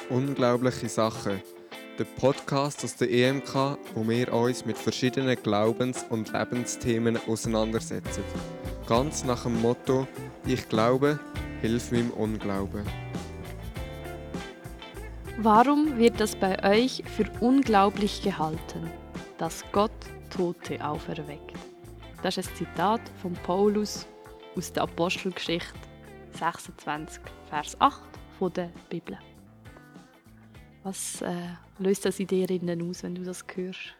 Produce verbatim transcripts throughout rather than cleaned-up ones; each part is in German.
Unglaubliche Sachen. Der Podcast aus der E M K, wo wir uns mit verschiedenen Glaubens- und Lebensthemen auseinandersetzen. Ganz nach dem Motto: Ich glaube, hilf meinem Unglauben. Warum wird das bei euch für unglaublich gehalten, dass Gott Tote auferweckt? Das ist ein Zitat von Paulus aus der Apostelgeschichte sechsundzwanzig, Vers acht von der Bibel. Was äh, löst das in dir innen aus, wenn du das hörst?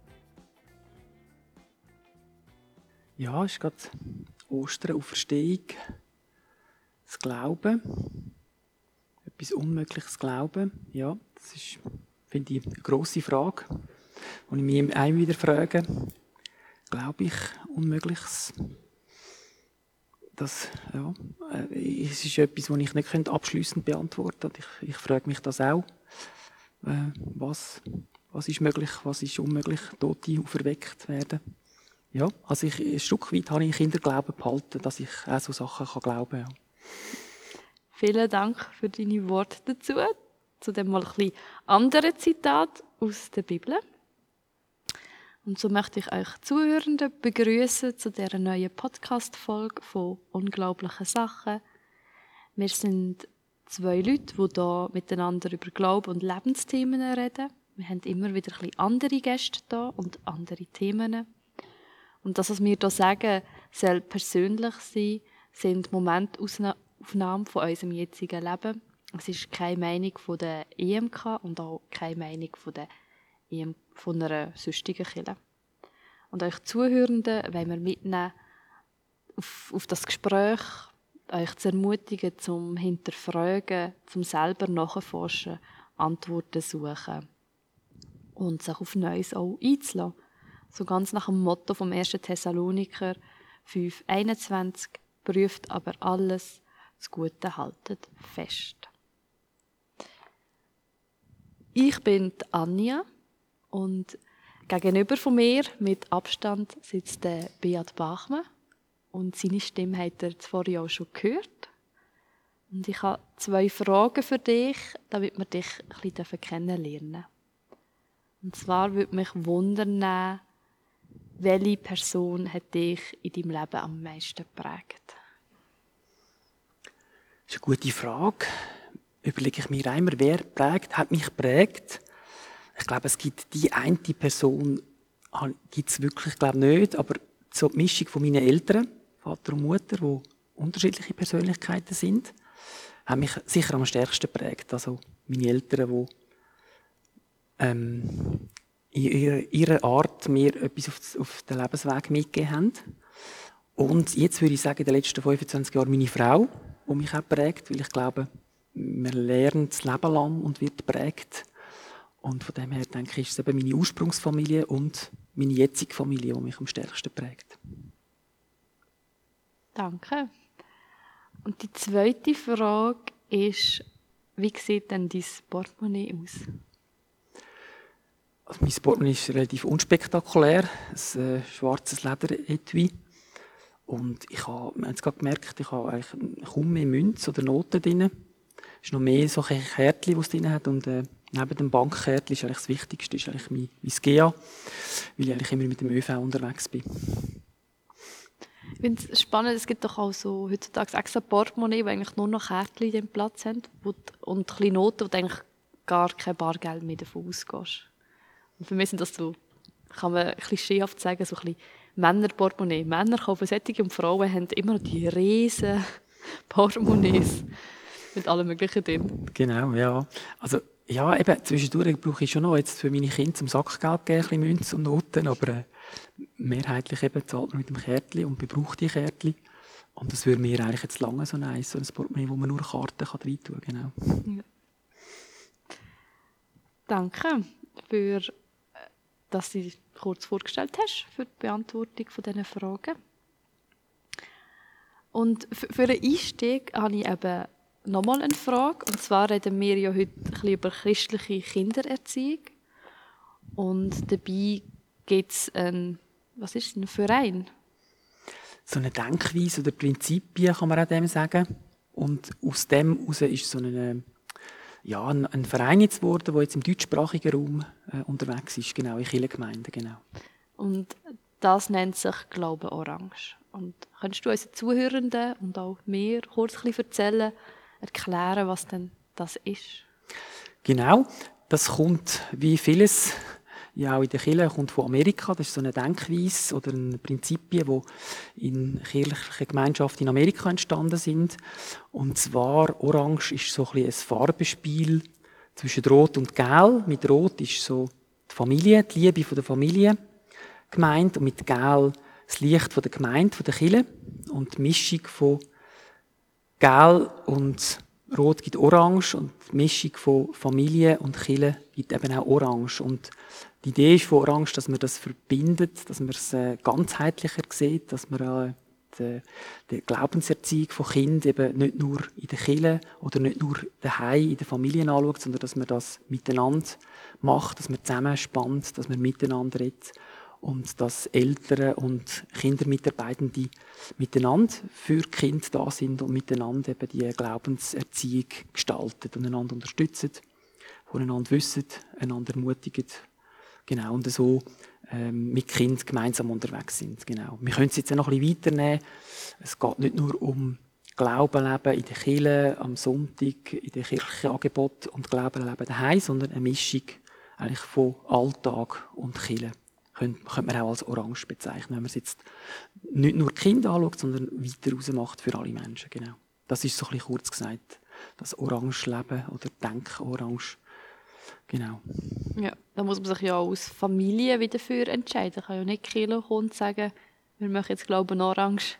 Ja, es ist gerade Ostern, Auferstehung, das Glauben, etwas Unmögliches Glauben. Ja, das ist, finde ich, eine grosse Frage, die ich mich immer wieder frage. Glaube ich Unmögliches? Das, ja, äh, es ist etwas, das ich nicht abschliessend beantworten könnte. Ich, ich frage mich das auch. Äh, was, was ist möglich, was ist unmöglich, Tote auferweckt werden? Ja, also ich, ein Stück weit habe ich Kinderglauben behalten, dass ich auch so Sachen kann glauben kann. Ja. Vielen Dank für deine Worte dazu. Zu dem mal ein bisschen anderen Zitat aus der Bibel. Und so möchte ich euch Zuhörenden begrüßen zu dieser neuen Podcast-Folge von «Unglaubliche Sachen». Wir sind zwei Leute, die hier miteinander über Glauben und Lebensthemen reden. Wir haben immer wieder ein bisschen andere Gäste hier und andere Themen. Und das, was wir hier sagen, soll persönlich sein, sind Momentaufnahmen von unserem jetzigen Leben. Es ist keine Meinung von der E M K und auch keine Meinung von, der E M von einer sonstigen Kirche. Und euch Zuhörenden wollen wir mitnehmen auf, auf das Gespräch, euch zu ermutigen, zum Hinterfragen, zum selber nachforschen, Antworten suchen und sich auf Neues auch einzulassen. So ganz nach dem Motto vom ersten Thessaloniker fünf einundzwanzig: Prüft aber alles, das Gute haltet fest. Ich bin die Anja und gegenüber von mir mit Abstand sitzt der Beat Bachmann. Und seine Stimme habt ihr vorhin auch schon gehört. Und ich habe zwei Fragen für dich, damit wir dich ein bisschen kennenlernen dürfen. Und zwar würde mich wundern, welche Person hat dich in deinem Leben am meisten geprägt? Das ist eine gute Frage. Überlege ich mir einmal, wer prägt, hat mich geprägt. Ich glaube, es gibt die eine Person, gibt es wirklich, glaube nicht, aber so die Mischung von meinen Eltern, Vater und Mutter, die unterschiedliche Persönlichkeiten sind, haben mich sicher am stärksten geprägt. Also meine Eltern, die ähm, in ihrer, ihrer Art mir etwas auf, auf den Lebensweg mitgegeben haben. Und jetzt würde ich sagen, in den letzten fünfundzwanzig Jahren meine Frau, die mich auch prägt, weil ich glaube, man lernt das Leben lang und wird geprägt. Und von dem her denke ich, ist es eben meine Ursprungsfamilie und meine jetzige Familie, die mich am stärksten prägt. Danke. Und die zweite Frage ist, wie sieht denn dein Portemonnaie aus? Also mein Portemonnaie ist relativ unspektakulär, ein äh, schwarzes Lederetui. Und ich habe, wir haben es gerade gemerkt, ich habe eigentlich kaum mehr Münzen oder Noten drin. Es ist noch mehr so ein Kärtchen, das es drin hat. Und äh, neben dem Bankkärtchen ist eigentlich das Wichtigste ist eigentlich mein, mein G A, weil ich eigentlich immer mit dem ÖV unterwegs bin. Ich finde es spannend, es gibt doch auch so heutzutage extra Portemonnaie, die eigentlich nur noch Kärtchen in dem Platz haben wo die, und kleine Noten, wo du eigentlich gar kein Bargeld mehr davon ausgehst. Und für mich sind das so, kann man klischeehaft sagen, so ein bisschen Männerportemonnaie. Männer kaufen solche und Frauen haben immer noch die riesen Portemonnaies mit allem Möglichen drin. Genau, ja. Also, ja, eben, zwischendurch brauche ich schon noch jetzt für meine Kinder zum Sackgeld geben, ein bisschen Münzen und Noten, aber äh, mehrheitlich eben zahlt man mit dem Kärtchen und bebraucht die Kärtchen. Und das würde mir eigentlich jetzt lange so nice, so ein Portemonnaie, wo man nur Karten kann reintun kann. Genau. Ja. Danke, für, dass du dich kurz vorgestellt hast, für die Beantwortung dieser Fragen. Und für den Einstieg habe ich eben nochmal eine Frage. Und zwar reden wir ja heute ein bisschen über christliche Kindererziehung. Und dabei gibt es einen, was ist ein Verein? So eine Denkweise oder Prinzipien kann man auch dem sagen. Und aus dem heraus ist so eine ja, ein, ein Verein jetzt geworden, der jetzt im deutschsprachigen Raum äh, unterwegs ist, genau, in Kirchengemeinden, genau. Und das nennt sich Glaube Orange. Und könntest du unseren Zuhörenden und auch mir kurz ein bisschen erzählen, erklären, was denn das ist? Genau, das kommt wie vieles, ja auch in der Kirche, kommt von Amerika. Das ist so eine Denkweise oder eine Prinzipien, die in kirchlichen Gemeinschaften in Amerika entstanden sind. Und zwar, Orange ist so ein bisschen ein Farbenspiel zwischen Rot und Gel. Mit Rot ist so die Familie, die Liebe von der Familie gemeint und mit Gel das Licht von der Gemeinde, von der Kirche. Und die Mischung von Gel und Rot gibt Orange und die Mischung von Familie und Kirche gibt eben auch Orange. Und die Idee ist von Orange, dass man das verbindet, dass man es äh, ganzheitlicher sieht, dass man äh, die, die Glaubenserziehung von Kindern eben nicht nur in der Kirche oder nicht nur daheim in der Familie anschaut, sondern dass man das miteinander macht, dass man zusammenspannt, dass man miteinander redet und dass Eltern und Kindermitarbeitende miteinander für die Kinder da sind und miteinander eben die Glaubenserziehung gestalten und einander unterstützen, voneinander wissen, einander ermutigen. Genau, und so ähm, mit Kindern gemeinsam unterwegs sind. Genau. Wir können es jetzt noch ein bisschen weiternehmen. Es geht nicht nur um Glauben leben in der Kirche, am Sonntag, in den kirchlichen Angeboten und Glauben leben daheim, sondern eine Mischung eigentlich von Alltag und Kirche. Könnte, könnte man auch als Orange bezeichnen, wenn man es jetzt nicht nur die Kinder anschaut, sondern weiter raus macht für alle Menschen. Genau. Das ist so ein bisschen kurz gesagt, das Orange-Leben oder Denk-Orange. Genau. Ja, da muss man sich ja auch als Familie wieder für entscheiden. Man kann ja nicht Kilo kommen und sagen, wir möchten jetzt Glauben Orange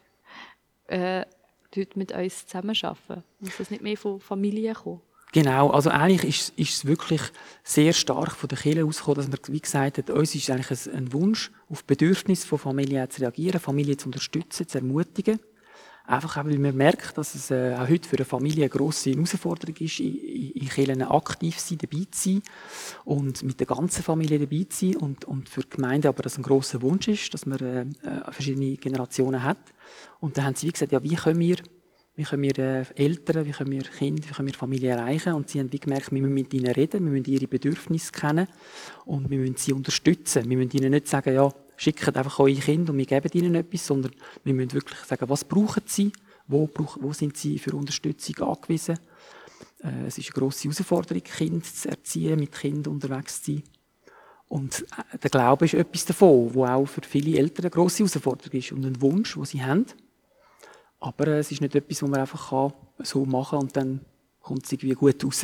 äh, dort mit uns zusammenarbeiten. Muss das nicht mehr von Familie kommen? Genau, also eigentlich ist, ist es wirklich sehr stark von der Kirche ausgekommen, dass man, wie gesagt hat, uns ist eigentlich ein, ein Wunsch, auf Bedürfnisse von Familie zu reagieren, Familie zu unterstützen, zu ermutigen. Einfach auch, weil man merkt, dass es äh, auch heute für eine Familie eine grosse Herausforderung ist, in, in, in Kirchen aktiv zu sein, dabei zu sein und mit der ganzen Familie dabei zu sein und, und für die Gemeinde aber das ein grosser Wunsch ist, dass man äh, verschiedene Generationen hat. Und dann haben sie wie gesagt, ja, wie können wir Wie können wir äh, Eltern, wie können wir Kinder, wie können wir Familie erreichen? Und sie haben wie gemerkt, wir müssen mit ihnen reden, wir müssen ihre Bedürfnisse kennen und wir müssen sie unterstützen. Wir müssen ihnen nicht sagen, ja, schickt einfach eure Kinder und wir geben ihnen etwas, sondern wir müssen wirklich sagen, was brauchen sie, wo, brauch, wo sind sie für Unterstützung angewiesen. Äh, es ist eine grosse Herausforderung, Kinder zu erziehen, mit Kindern unterwegs zu sein. Und äh, der Glaube ist etwas davon, wo auch für viele Eltern eine grosse Herausforderung ist und ein Wunsch, den sie haben. Aber es ist nicht etwas, was man einfach so machen kann und dann kommt es irgendwie gut raus.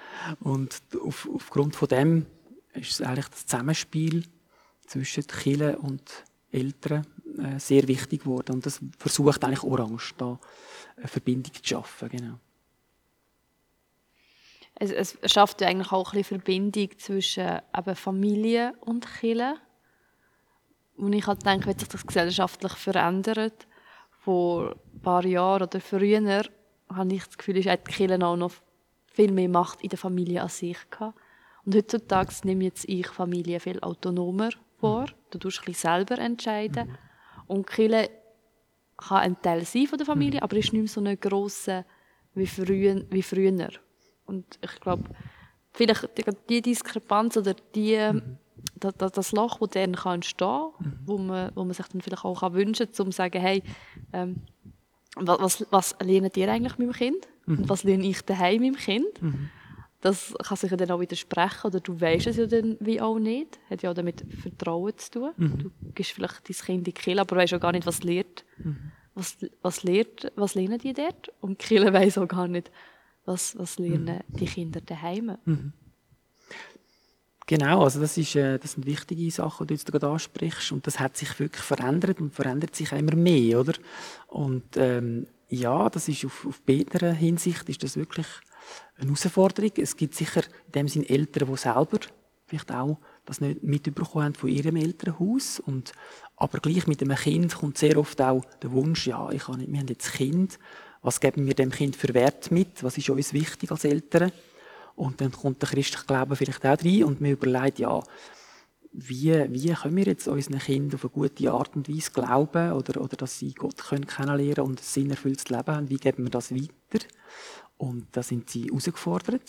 Und auf, aufgrund von dem ist es eigentlich das Zusammenspiel zwischen Kirche und Eltern äh, sehr wichtig geworden. Und das versucht eigentlich Orange, da eine Verbindung zu schaffen. Genau. Es, es schafft ja eigentlich auch ein bisschen Verbindung zwischen eben Familie und Kirche. Und ich halt denke, wenn sich das gesellschaftlich verändert, vor ein paar Jahren oder früher, habe ich das Gefühl, ist die Kirche auch noch viel mehr Macht in der Familie an sich gehabt. Und heutzutage nehme jetzt ich Familie viel autonomer vor. Du tust ein bisschen selber entscheiden. Mhm. Und die Kirche kann ein Teil sein von der Familie, mhm. aber ist nicht mehr so eine grosse wie, früher, wie früher. Und ich glaube, vielleicht die Diskrepanz oder die, mhm. das, das Loch, das dann entstehen kann, mhm. wo, man, wo man sich dann vielleicht auch wünschen kann, um zu sagen, hey, ähm, was, was lernt ihr eigentlich mit dem Kind? Mhm. Und was lerne ich daheim mit dem Kind? Mhm. Das kann sich ja dann auch widersprechen, oder du weisst es ja dann wie auch nicht. Hat ja auch damit Vertrauen zu tun. Mhm. Du gibst vielleicht dein Kind in die Kirche, aber weisst auch gar nicht, was lehrt. Mhm. Was, was, lehrt, was lernen die dort? Und die Kirche weiss auch gar nicht, was, was lernen mhm. die Kinder daheim. Mhm. Genau, also das, ist, äh, das sind wichtige Sachen, die du jetzt gerade ansprichst. Und das hat sich wirklich verändert und verändert sich immer mehr, oder? Und ähm, ja, das ist auf, auf beider Hinsicht ist das wirklich eine Herausforderung. Es gibt sicher in dem Sinne Eltern, die selber vielleicht auch das nicht mitbekommen haben von ihrem Elternhaus. Und, aber gleich mit einem Kind kommt sehr oft auch der Wunsch, ja, ich habe nicht, wir haben jetzt ein Kind, was geben wir dem Kind für Wert mit? Was ist uns wichtig als Eltern? Und dann kommt der christliche Glaube vielleicht auch rein und man überlegt, ja, wie, wie können wir jetzt unseren Kindern auf eine gute Art und Weise glauben oder, oder dass sie Gott können kennenlernen und ein sinnerfülltes Leben haben? Wie geben wir das weiter? Und da sind sie herausgefordert,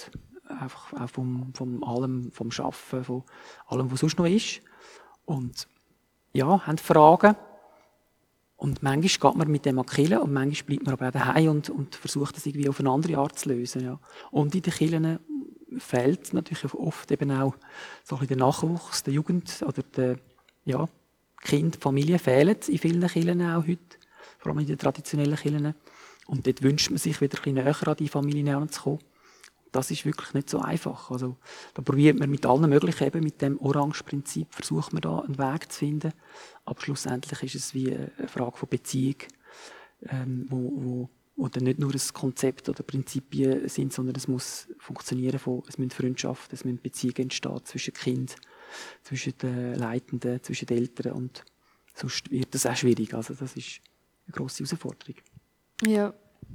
einfach auch vom, vom allem, vom Arbeiten, von allem, was sonst noch ist. Und ja, haben Fragen. Und manchmal geht man mit dem an die Kirche und manchmal bleibt man aber auch daheim und, und versucht das irgendwie auf eine andere Art zu lösen. Ja. Und in den Kirchen fehlt natürlich oft eben auch so ein bisschen der Nachwuchs, der Jugend oder der, ja, Kind, Familie fehlen in vielen Kirchen auch heute, vor allem in den traditionellen Kirchen. Und dort wünscht man sich wieder ein bisschen näher an die Familien heranzukommen. Das ist wirklich nicht so einfach. Also, da probiert man mit allen möglichen, eben mit dem Orange-Prinzip, versucht man da einen Weg zu finden. Aber schlussendlich ist es wie eine Frage von Beziehung, ähm, wo, wo, wo dann nicht nur ein Konzept oder Prinzipien sind, sondern es muss funktionieren von, es müssen Freundschaften, es müssen Beziehungen entstehen zwischen Kind, zwischen den Leitenden, zwischen den Eltern und sonst wird das auch schwierig. Also das ist eine grosse Herausforderung. Ja.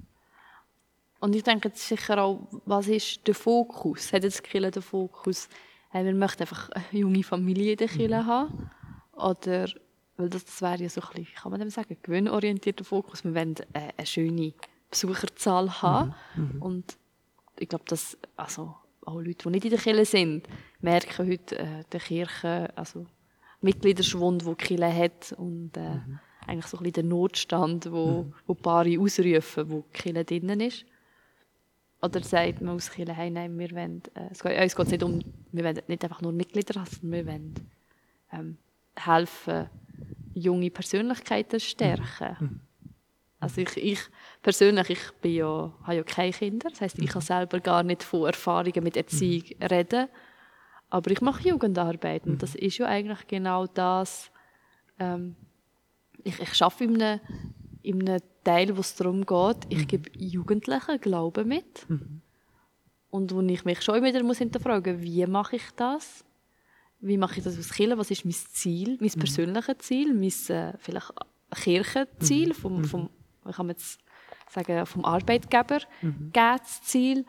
Und ich denke jetzt sicher auch, was ist der Fokus? Hat jetzt die Kirche den Fokus, äh, wir möchten einfach eine junge Familie in der Kirche mhm. haben? Oder, weil das, das wäre ja so ein bisschen, kann man dem sagen, gewinnorientierter Fokus. Wir wollen äh, eine schöne Besucherzahl haben. Mhm. Und ich glaube, dass also, auch Leute, die nicht in der Kirche sind, merken heute äh, der Kirche, also Mitgliederschwund, den die Kirche hat und äh, mhm. eigentlich so ein bisschen der Notstand, wo, mhm. wo Paare ausrufen, wo die Kirche drinnen ist. Oder sagt man aus Kirche, hey, nein, wir wollen, äh, es geht, uns geht es nicht um, wir wollen nicht einfach nur Mitglieder haben, sondern wir wollen ähm, helfen, junge Persönlichkeiten zu stärken. Mhm. Also ich, ich persönlich, ich bin ja, habe ja keine Kinder, das heisst, ich kann selber gar nicht von Erfahrungen mit Erziehung mhm. reden, aber ich mache Jugendarbeit mhm. und das ist ja eigentlich genau das, ähm, ich, ich arbeite in einem, in einem Teil, wo es darum geht, ich mhm. gebe Jugendlichen Glauben mit mhm. und wo ich mich schon wieder muss hinterfragen, wie mache ich das? Wie mache ich das aus Kirche? Was ist mein Ziel, mein mhm. persönliches Ziel, mein äh, vielleicht Kirchenziel, mhm. vom, vom, wie kann man jetzt sagen, vom Arbeitgeber mhm. geht das Ziel?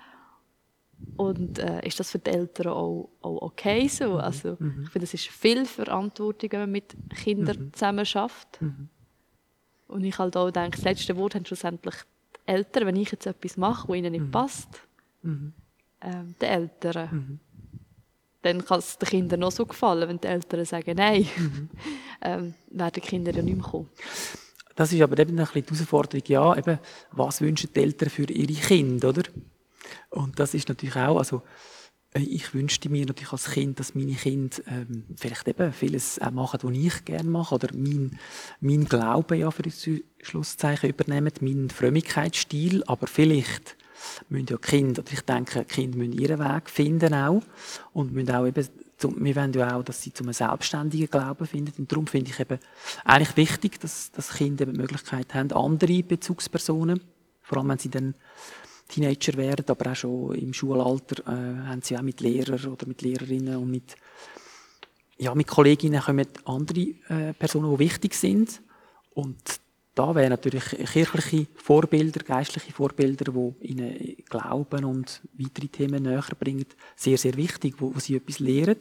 Und äh, ist das für die Eltern auch, auch okay so? Mhm. Also, mhm. ich finde, es ist viel Verantwortung, wenn man mit Kindern mhm. zusammen arbeitet. Mhm. Und ich halt auch denke, das letzte Wort haben schlussendlich die Eltern, wenn ich jetzt etwas mache, das ihnen nicht mhm. passt, mhm. ähm, die Eltern. Mhm. Dann kann es den Kindern noch so gefallen, wenn die Eltern sagen, nein, mhm. ähm, werden die Kinder ja nicht mehr kommen. Das ist aber eben ein bisschen die Herausforderung, ja, eben, was wünschen die Eltern für ihre Kinder, oder? Und das ist natürlich auch, also ich wünschte mir natürlich als Kind, dass meine Kinder ähm, vielleicht eben vieles auch machen, was ich gerne mache, oder mein, mein Glauben ja für das Schlusszeichen übernehmen, meinen Frömmigkeitsstil, aber vielleicht müssen ja Kinder, oder ich denke, die Kinder müssen ihren Weg finden auch und müssen auch eben, wir wollen ja auch, dass sie zu einem selbstständigen Glauben finden und darum finde ich eben eigentlich wichtig, dass, dass Kinder eben die Möglichkeit haben, andere Bezugspersonen, vor allem wenn sie dann Teenager werden, aber auch schon im Schulalter äh, haben sie auch mit Lehrern oder mit Lehrerinnen und mit, ja, mit Kolleginnen kommen andere äh, Personen, die wichtig sind. Und da wären natürlich kirchliche Vorbilder, geistliche Vorbilder, die ihnen Glauben und weitere Themen näher bringen, sehr, sehr wichtig, wo, wo sie etwas lehren.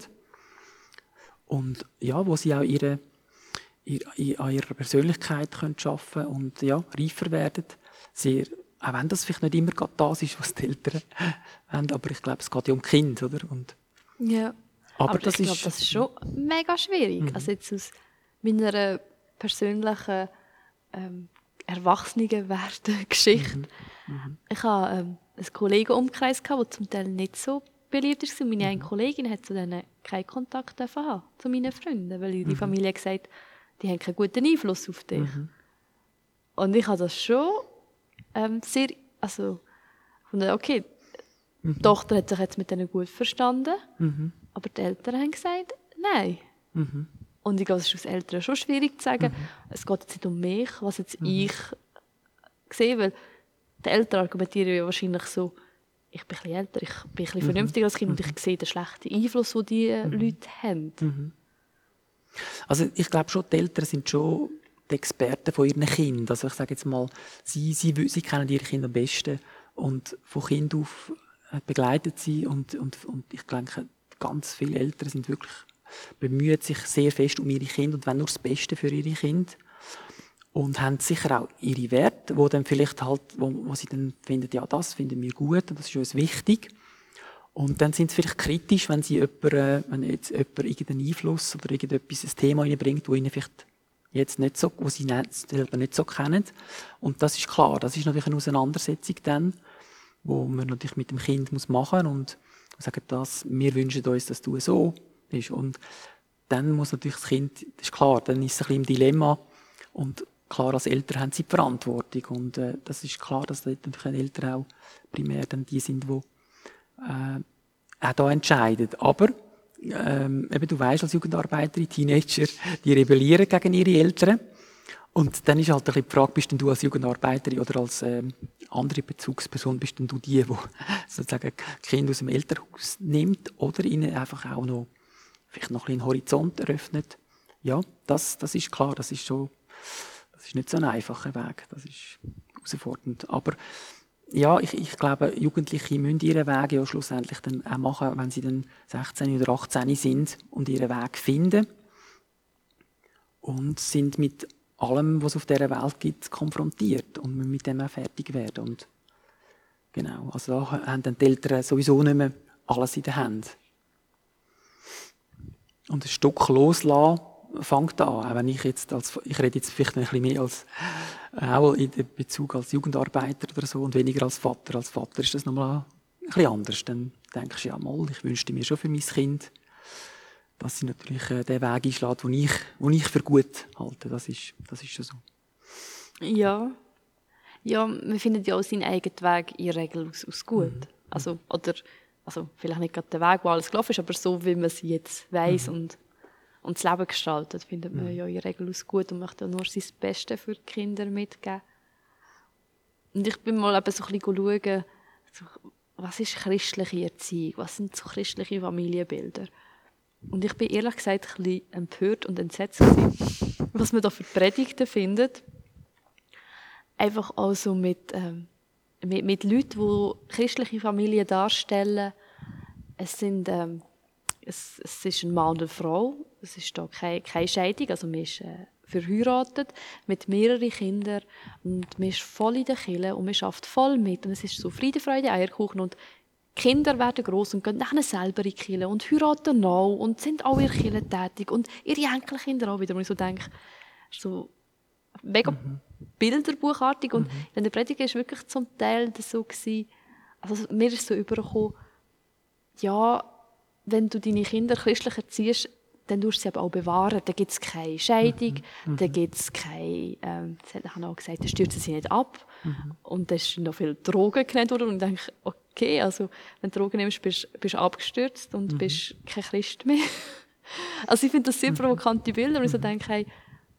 Und ja, wo sie auch ihre, ihre, an ihrer Persönlichkeit können arbeiten und ja, reifer werden. Sehr, auch wenn das vielleicht nicht immer das ist, was die Eltern haben, aber ich glaube, es geht ja um Kind, oder? Und ja, aber, aber das ich glaube, das ist schon mega schwierig. Mhm. Also jetzt aus meiner persönlichen ähm, Erwachsenenwerden-Geschichte. Mhm. Mhm. Ich hatte ähm, einen Kollegenumkreis, der zum Teil nicht so beliebt war. Meine mhm. eine Kollegin hat zu denen keinen Kontakt haben, zu meinen Freunden, weil die mhm. Familie gesagt hat, die haben keinen guten Einfluss auf dich. Mhm. Und ich habe das schon ähm, sehr, also, okay, mhm. die Tochter hat sich jetzt mit denen gut verstanden, mhm. aber die Eltern haben gesagt, nein. Mhm. Und ich glaube, es ist als Eltern schon schwierig zu sagen, mhm. es geht jetzt nicht um mich, was jetzt mhm. ich sehe, weil die Eltern argumentieren ja wahrscheinlich so, ich bin ein bisschen älter, ich bin ein bisschen mhm. vernünftiger als Kind mhm. und ich sehe den schlechten Einfluss, den diese mhm. Leute haben. Mhm. Also ich glaube schon, die Eltern sind schon die Experten von ihren Kindern. Also ich sage jetzt mal, sie, sie, sie kennen ihre Kinder am besten und von Kind auf begleiten sie und, und, und ich denke, ganz viele Eltern sind wirklich bemühen sich sehr fest um ihre Kinder und wollen nur das Beste für ihre Kinder und haben sicher auch ihre Werte, wo dann vielleicht halt, wo, wo sie dann finden, ja, das finden wir gut und das ist uns wichtig. Und dann sind sie vielleicht kritisch, wenn sie jemand, äh, wenn jetzt jemand irgendeinen Einfluss oder irgendetwas, ein Thema reinbringt, das ihnen vielleicht jetzt nicht so, wo sie nicht, selber nicht so kennen. Und das ist klar, das ist natürlich eine Auseinandersetzung dann, wo man natürlich mit dem Kind muss machen und sagen, das, wir wünschen uns, dass du so bist. Und dann muss natürlich das Kind, das ist klar, dann ist es ein bisschen im Dilemma. Und klar, als Eltern haben sie die Verantwortung. Und äh, das ist klar, dass natürlich Eltern auch primär dann die sind, die äh, auch da entscheiden. Aber ähm, eben, du weißt, als Jugendarbeiterin, Teenager, die rebellieren gegen ihre Eltern. Und dann ist halt ein bisschen die Frage, bist denn du als Jugendarbeiterin oder als ähm, andere Bezugsperson, bist denn du die, die sozusagen Kinder aus dem Elternhaus nimmt oder ihnen einfach auch noch vielleicht noch ein bisschen einen Horizont eröffnet? Ja, das, das ist klar, das ist schon, das ist nicht so ein einfacher Weg, das ist herausfordernd. Aber ja, ich, ich glaube, Jugendliche müssen ihren Weg ja schlussendlich dann auch machen, wenn sie dann sechzehn oder achtzehn sind und ihren Weg finden und sind mit allem, was es auf dieser Welt gibt, konfrontiert und müssen mit dem auch fertig werden. Und genau, also da haben dann die Eltern sowieso nicht mehr alles in der Hand. Und ein Stück loslassen fängt an. Auch wenn ich jetzt als, ich rede jetzt vielleicht ein bisschen mehr als, auch in dem Bezug als Jugendarbeiter oder so und weniger als Vater. Als Vater ist das nochmal ein bisschen anders. Dann denkst du, ja mal, ich wünschte mir schon für mein Kind, dass sie natürlich äh, den Weg einschlägt, den ich, den ich für gut halte. Das ist, das ist schon so. Ja. Ja, man findet ja auch seinen eigenen Weg in der Regel aus, aus gut. Mhm. Also, oder, also vielleicht nicht gerade der Weg, wo alles gelaufen ist, aber so, wie man es jetzt weiss mhm. und, und das Leben gestaltet, findet man mhm. ja in der Regel aus gut und möchte nur sein Bestes für die Kinder mitgeben. Und ich bin mal eben so ein bisschen schauen, so, was ist christliche Erziehung, was sind so christliche Familienbilder. Und ich bin ehrlich gesagt ein bisschen empört und entsetzt gewesen, was man da für Predigten findet. Einfach also mit, ähm, mit, mit Leuten, die christliche Familien darstellen. Es, sind, ähm, es, es ist ein Mann und eine Frau. Es ist da keine, keine Scheidung. Also man ist äh, verheiratet mit mehreren Kindern und man ist voll in der Kirche und man schafft voll mit. Und es ist so Friede, Freude, Eierkuchen. Und die Kinder werden gross und gehen dann selber in die Kirche und heiraten noch und sind auch in der Kirche tätig. Und ihre Enkelkinder auch wieder. Und ich so denke, so mega mhm. bilderbuchartig. Und mhm. in der Predigt war es wirklich zum Teil so gewesen, also mir ist so übergekommen, ja, wenn du deine Kinder christlich erziehst, dann tust du sie aber auch bewahren. Dann gibt es keine Scheidung, mhm. dann gibt es keine, ähm, das hat auch gesagt, dann stürzen sie nicht ab. Mhm. Und da ist noch viel Drogen genannt worden. Und ich denke, okay, also wenn du Drogen nimmst, bist du abgestürzt und mhm. bist kein Christ mehr. Also ich finde das sehr provokante Bilder. Und ich so denke, hey,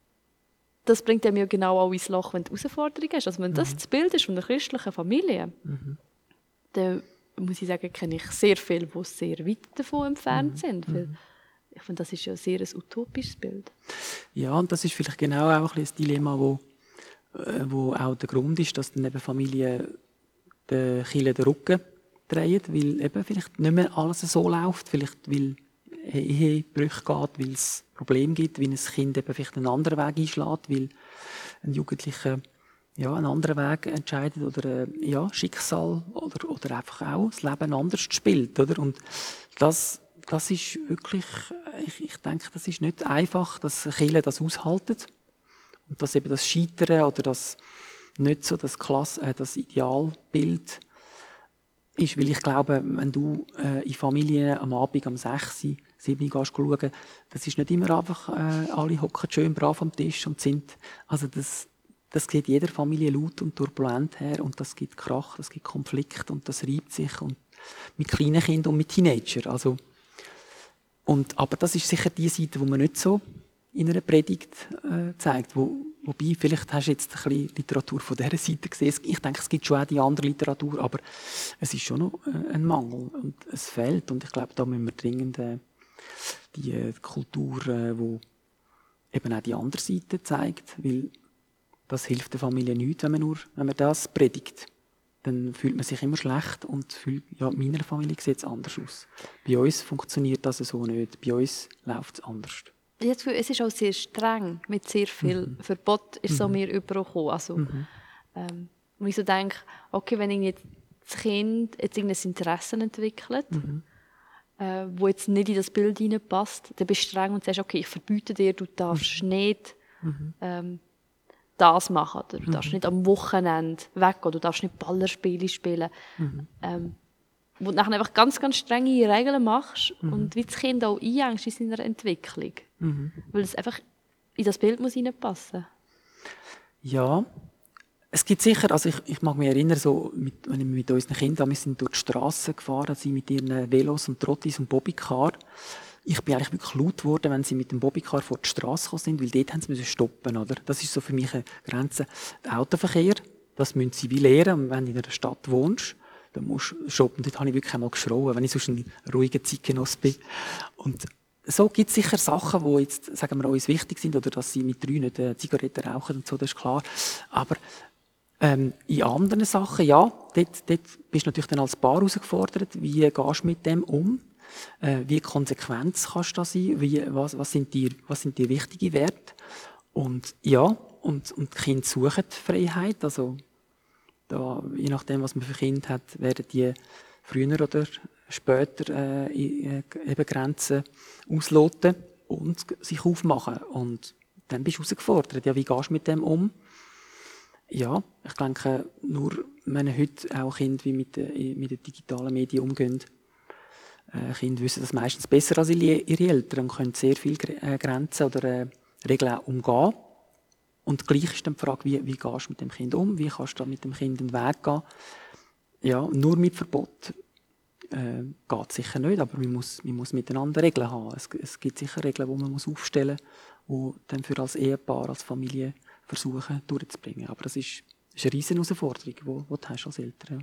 das bringt einem ja genau auch ins Loch, wenn du Herausforderungen hast. Also wenn das das Bild ist von einer christlichen Familie, mhm. dann muss ich sagen, kenne ich sehr viele, die sehr weit davon entfernt mhm. sind. Weil ich finde, das ist ja sehr ein utopisches Bild. Ja, und das ist vielleicht genau auch ein, ein Dilemma, wo, äh, wo auch der Grund ist, dass dann eben Familien der Kirche den Rücken drehen, weil eben vielleicht nicht mehr alles so läuft, vielleicht weil Ehebrüche geht, weil es Probleme gibt, weil ein Kind eben vielleicht einen anderen Weg einschlägt, weil ein Jugendlicher ja, einen anderen Weg entscheidet oder äh, ja, Schicksal oder, oder einfach auch das Leben anders spielt. Oder? Und das, das ist wirklich, ich, ich denke, das ist nicht einfach, dass Kirche das aushalten und dass eben das Scheitern oder das nicht so das, Klasse, äh, das Idealbild ist, weil ich glaube, wenn du äh, in Familien am Abend um sechs, sieben gehst schauen, das ist nicht immer einfach, äh, alle hocken schön brav am Tisch und sind, also das, das sieht jeder Familie laut und turbulent her und das gibt Krach, das gibt Konflikt und das reibt sich und mit kleinen Kindern und mit Teenagern, also und, aber das ist sicher die Seite, die man nicht so in einer Predigt äh, zeigt, wo, wobei, vielleicht hast du jetzt ein bisschen Literatur von dieser Seite gesehen. Ich denke, es gibt schon auch die andere Literatur, aber es ist schon noch äh, ein Mangel und es fehlt. Und ich glaube, da müssen wir dringend äh, die äh, Kultur, äh, wo eben auch die andere Seite zeigt, weil das hilft der Familie nichts, wenn man nur, wenn man das predigt. Dann fühlt man sich immer schlecht und fühlt, ja, in meiner Familie sieht es anders aus. Bei uns funktioniert das so nicht. Bei uns läuft es anders. Jetzt, es ist auch sehr streng, mit sehr viel mhm. Verbot ist mhm. so mir übergekommen. Also, mhm. ähm, wo ich so denke, okay, wenn ich jetzt das Kind jetzt irgendein Interesse entwickelt, Mhm. äh, wo jetzt nicht in das Bild hineinpasst, dann bist du streng und sagst, okay, ich verbiete dir, du darfst nicht Mhm. ähm, das machen. Oder du Mhm. darfst nicht am Wochenende weggehen, du darfst nicht Ballerspiele spielen. Mhm. Ähm, wo du nachher einfach ganz, ganz strenge Regeln machst Mhm. und wie das Kind auch einhängst in seiner Entwicklung. Mhm. Weil es einfach in das Bild muss hineinpassen. Ja, es gibt sicher, also ich, ich mag mich erinnern, so mit, wenn wir mit unseren Kindern, wir sind durch die Straße gefahren, sie mit ihren Velos und Trottis und Bobbycar. Ich bin eigentlich wirklich laut geworden, wenn sie mit dem Bobbycar vor die Straße gekommen sind, weil dort haben sie müssen stoppen, oder? Das ist so für mich eine Grenze. Der Autoverkehr, das müssen sie wie lernen. Und wenn du in einer Stadt wohnst, dann musst du stoppen. Dort habe ich wirklich einmal geschrauen, wenn ich sonst ein ruhiger Zeitgenoss bin. Und so gibt es sicher Sachen, die jetzt, sagen wir, uns wichtig sind, oder dass sie mit drei nicht äh, Zigaretten rauchen und so, das ist klar. Aber ähm, in anderen Sachen, ja, dort, dort bist du natürlich dann als Paar herausgefordert. Wie gehst du mit dem um? Äh, wie konsequent kannst du da sein? Wie, was, was, sind dir, was sind dir wichtige Werte? Und ja, und, und die Kinder suchen die Freiheit. Also, da, je nachdem, was man für Kinder hat, werden die früher oder später äh, eben Grenzen ausloten und sich aufmachen. Und dann bist du herausgefordert. Ja, wie gehst du mit dem um? Ja, ich denke, nur wenn heute auch Kinder wie mit, mit den digitalen Medien umgehen, äh, Kinder wissen das meistens besser als ihre Eltern und können sehr viele Grenzen oder äh, Regeln auch umgehen. Und gleich ist dann die Frage, wie, wie gehst du mit dem Kind um? Wie kannst du da mit dem Kind den Weg gehen? Ja, nur mit Verbot äh, geht sicher nicht, aber man muss, man muss miteinander Regeln haben. Es, es gibt sicher Regeln, die man muss aufstellen muss, die dann für als Ehepaar, als Familie versuchen durchzubringen. Aber das ist, ist eine riesen Herausforderung, die, die du hast als Eltern.